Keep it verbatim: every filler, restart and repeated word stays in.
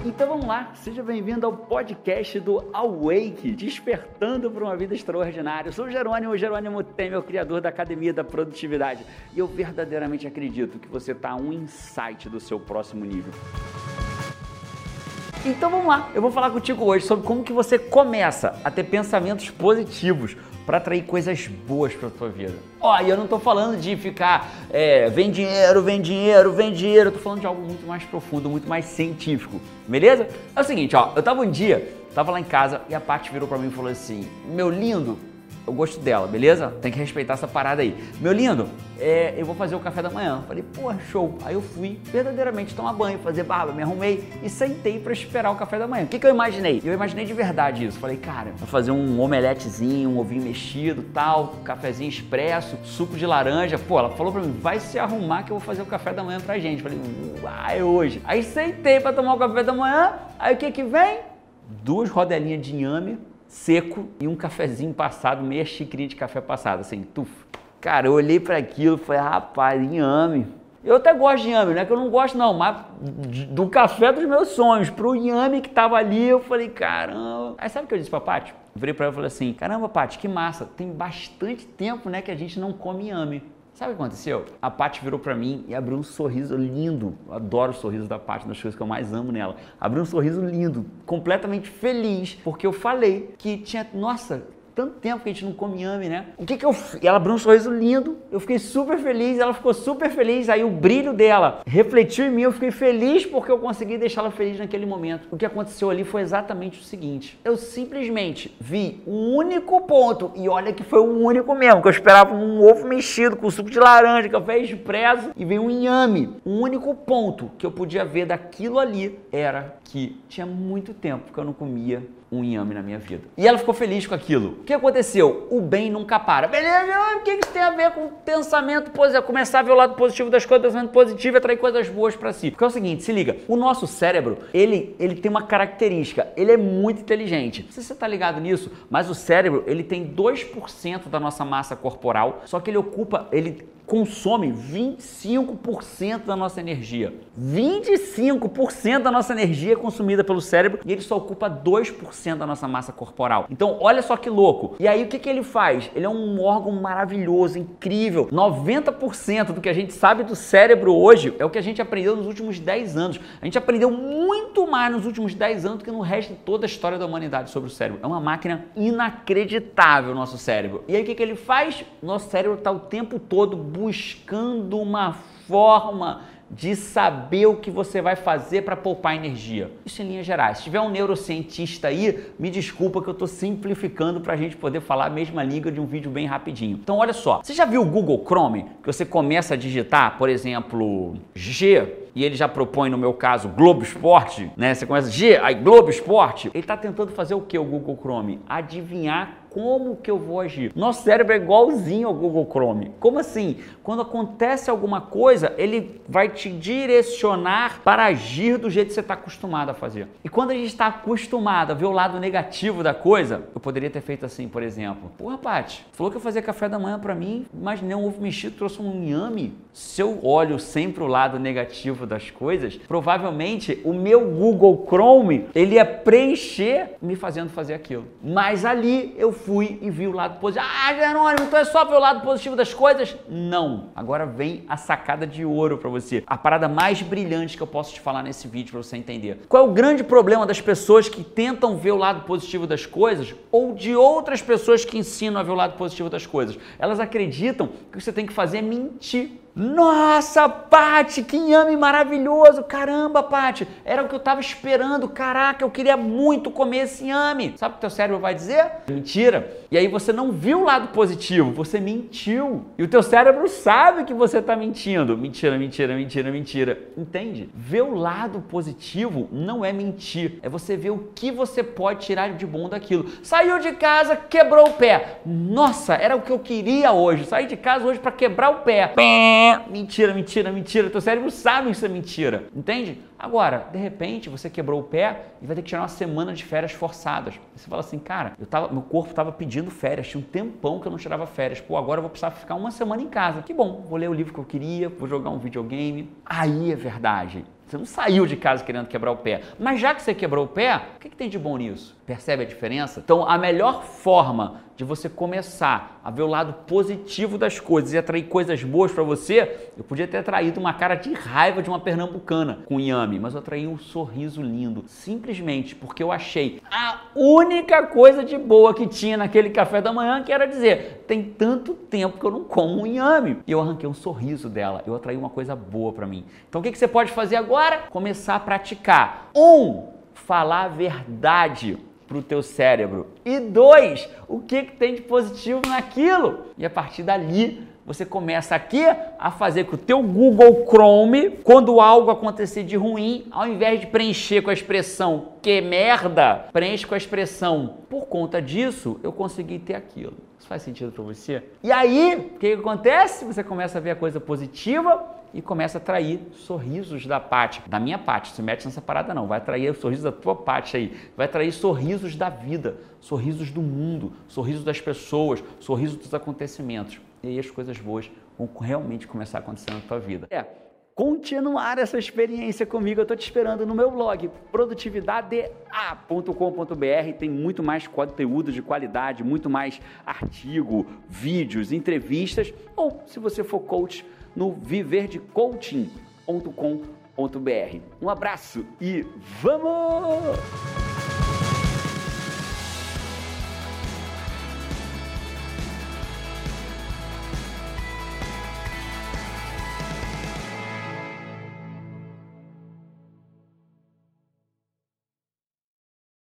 Então vamos lá, seja bem-vindo ao podcast do Awake, despertando para uma vida extraordinária. Eu sou o Jerônimo, o Jerônimo Temer, o criador da Academia da Produtividade, e eu verdadeiramente acredito que você está a um insight do seu próximo nível. Então vamos lá, eu vou falar contigo hoje sobre como que você começa a ter pensamentos positivos para atrair coisas boas para a tua vida. Ó, e eu não tô falando de ficar, é, vem dinheiro, vem dinheiro, vem dinheiro, eu tô falando de algo muito mais profundo, muito mais científico, beleza? É o seguinte, ó, eu tava um dia, tava lá em casa e a Paty virou para mim e falou assim, meu lindo, eu gosto dela, beleza? Tem que respeitar essa parada aí. Meu lindo, é, eu vou fazer o café da manhã. Falei, pô, show. Aí eu fui verdadeiramente tomar banho, fazer barba, me arrumei e sentei pra esperar o café da manhã. O que que eu imaginei? Eu imaginei de verdade isso. Falei, cara, vou fazer um omeletezinho, um ovinho mexido, tal, cafezinho expresso, suco de laranja. Pô, ela falou pra mim, vai se arrumar que eu vou fazer o café da manhã pra gente. Falei, vai hoje. Aí sentei pra tomar o café da manhã. Aí o que que vem? Duas rodelinhas de inhame seco e um cafezinho passado, meia xicrinha de café passado, assim, tuf. Cara, eu olhei para aquilo e falei, rapaz, inhame. Eu até gosto de inhame, não é que eu não gosto não, mas do café dos meus sonhos, pro inhame que tava ali, eu falei, caramba. Aí sabe o que eu disse pra Paty? Eu virei pra ela e falei assim, caramba, Paty, que massa, tem bastante tempo, né, que a gente não come inhame. Sabe o que aconteceu? A Paty virou pra mim e abriu um sorriso lindo. Eu adoro o sorriso da Paty, uma das coisas que eu mais amo nela. Abriu um sorriso lindo, completamente feliz, porque eu falei que tinha, nossa, tanto tempo que a gente não come inhame, né? O que que eu fiz? Ela abriu um sorriso lindo, eu fiquei super feliz, ela ficou super feliz, aí o brilho dela refletiu em mim, eu fiquei feliz porque eu consegui deixá-la feliz naquele momento. O que aconteceu ali foi exatamente o seguinte, eu simplesmente vi um único ponto, e olha que foi o único mesmo, que eu esperava um ovo mexido com suco de laranja, café expresso, e veio um inhame. Um único ponto que eu podia ver daquilo ali era que tinha muito tempo que eu não comia um inhame na minha vida. E ela ficou feliz com aquilo. O que aconteceu? O bem nunca para. Beleza, o que isso tem a ver com pensamento positivo? Começar a ver o lado positivo das coisas, pensamento positivo e atrair coisas boas para si. Porque é o seguinte, se liga, o nosso cérebro, ele, ele tem uma característica, ele é muito inteligente. Não sei se você tá ligado nisso, mas o cérebro, ele tem dois por cento da nossa massa corporal, só que ele ocupa, ele consome vinte e cinco por cento da nossa energia. vinte e cinco por cento da nossa energia é consumida pelo cérebro e ele só ocupa dois por cento da nossa massa corporal. Então, olha só que louco. E aí, o que que ele faz? Ele é um órgão maravilhoso, incrível. noventa por cento do que a gente sabe do cérebro hoje é o que a gente aprendeu nos últimos dez anos. A gente aprendeu muito mais nos últimos dez anos do que no resto de toda a história da humanidade sobre o cérebro. É uma máquina inacreditável, o nosso cérebro. E aí, o que que ele faz? Nosso cérebro está o tempo todo buscando uma forma de saber o que você vai fazer para poupar energia. Isso em linhas gerais. Se tiver um neurocientista aí, me desculpa que eu estou simplificando para a gente poder falar a mesma língua de um vídeo bem rapidinho. Então olha só, você já viu o Google Chrome? Que você começa a digitar, por exemplo, G, e ele já propõe, no meu caso, Globo Esporte, né? Você começa G, aí Globo Esporte. Ele está tentando fazer o que, o Google Chrome? Adivinhar como que eu vou agir. Nosso cérebro é igualzinho ao Google Chrome. Como assim? Quando acontece alguma coisa, ele vai te direcionar para agir do jeito que você está acostumado a fazer. E quando a gente está acostumado a ver o lado negativo da coisa, eu poderia ter feito assim, por exemplo. Porra, Paty, falou que ia fazer café da manhã para mim, imaginei um ovo mexido, trouxe um inhame. Se eu olho sempre o lado negativo das coisas, provavelmente o meu Google Chrome, ele ia preencher me fazendo fazer aquilo. Mas ali eu fui e vi o lado positivo. Ah, Jerônimo, então é só ver o lado positivo das coisas? Não. Agora vem a sacada de ouro para você. A parada mais brilhante que eu posso te falar nesse vídeo para você entender. Qual é o grande problema das pessoas que tentam ver o lado positivo das coisas ou de outras pessoas que ensinam a ver o lado positivo das coisas? Elas acreditam que você tem que fazer é mentir. Nossa, Paty, que inhame maravilhoso! Caramba, Paty, era o que eu tava esperando. Caraca, eu queria muito comer esse inhame. Sabe o que teu cérebro vai dizer? Mentira. E aí você não viu o lado positivo, você mentiu. E o teu cérebro sabe que você tá mentindo. Mentira, mentira, mentira, mentira. Entende? Ver o lado positivo não é mentir. É você ver o que você pode tirar de bom daquilo. Saiu de casa, quebrou o pé. Nossa, era o que eu queria hoje. Saí de casa hoje para quebrar o pé. Mentira, mentira, mentira. Teu cérebro sabe que isso é mentira, entende? Agora, de repente, você quebrou o pé e vai ter que tirar uma semana de férias forçadas. Você fala assim, cara, eu tava, meu corpo estava pedindo férias, tinha um tempão que eu não tirava férias. Pô, agora eu vou precisar ficar uma semana em casa. Que bom, vou ler o livro que eu queria, vou jogar um videogame. Aí é verdade. Você não saiu de casa querendo quebrar o pé. Mas já que você quebrou o pé, o que, que tem de bom nisso? Percebe a diferença? Então, a melhor forma de você começar a ver o lado positivo das coisas e atrair coisas boas para você, eu podia ter atraído uma cara de raiva de uma pernambucana com inhame, mas eu atraí um sorriso lindo, simplesmente porque eu achei a única coisa de boa que tinha naquele café da manhã, que era dizer, tem tanto tempo que eu não como um inhame. E eu arranquei um sorriso dela, eu atraí uma coisa boa para mim. Então, o que, que você pode fazer agora? Começar a praticar. Um, falar a verdade para o teu cérebro. E dois, o que, que tem de positivo naquilo? E a partir dali, você começa aqui a fazer com o teu Google Chrome, quando algo acontecer de ruim, ao invés de preencher com a expressão que merda, preenche com a expressão por conta disso, eu consegui ter aquilo. Isso faz sentido para você? E aí, o que, que acontece? Você começa a ver a coisa positiva e começa a atrair sorrisos da Paty, da minha Paty, se mete nessa parada não, vai atrair o sorriso da tua Paty aí, vai atrair sorrisos da vida, sorrisos do mundo, sorrisos das pessoas, sorrisos dos acontecimentos. E aí as coisas boas vão realmente começar a acontecer na tua vida. É, continuar essa experiência comigo, eu estou te esperando no meu blog, produtividade a ponto com ponto b r, tem muito mais conteúdo de qualidade, muito mais artigo, vídeos, entrevistas, ou se você for coach, no viver de coaching ponto com ponto b r. Um abraço e vamos!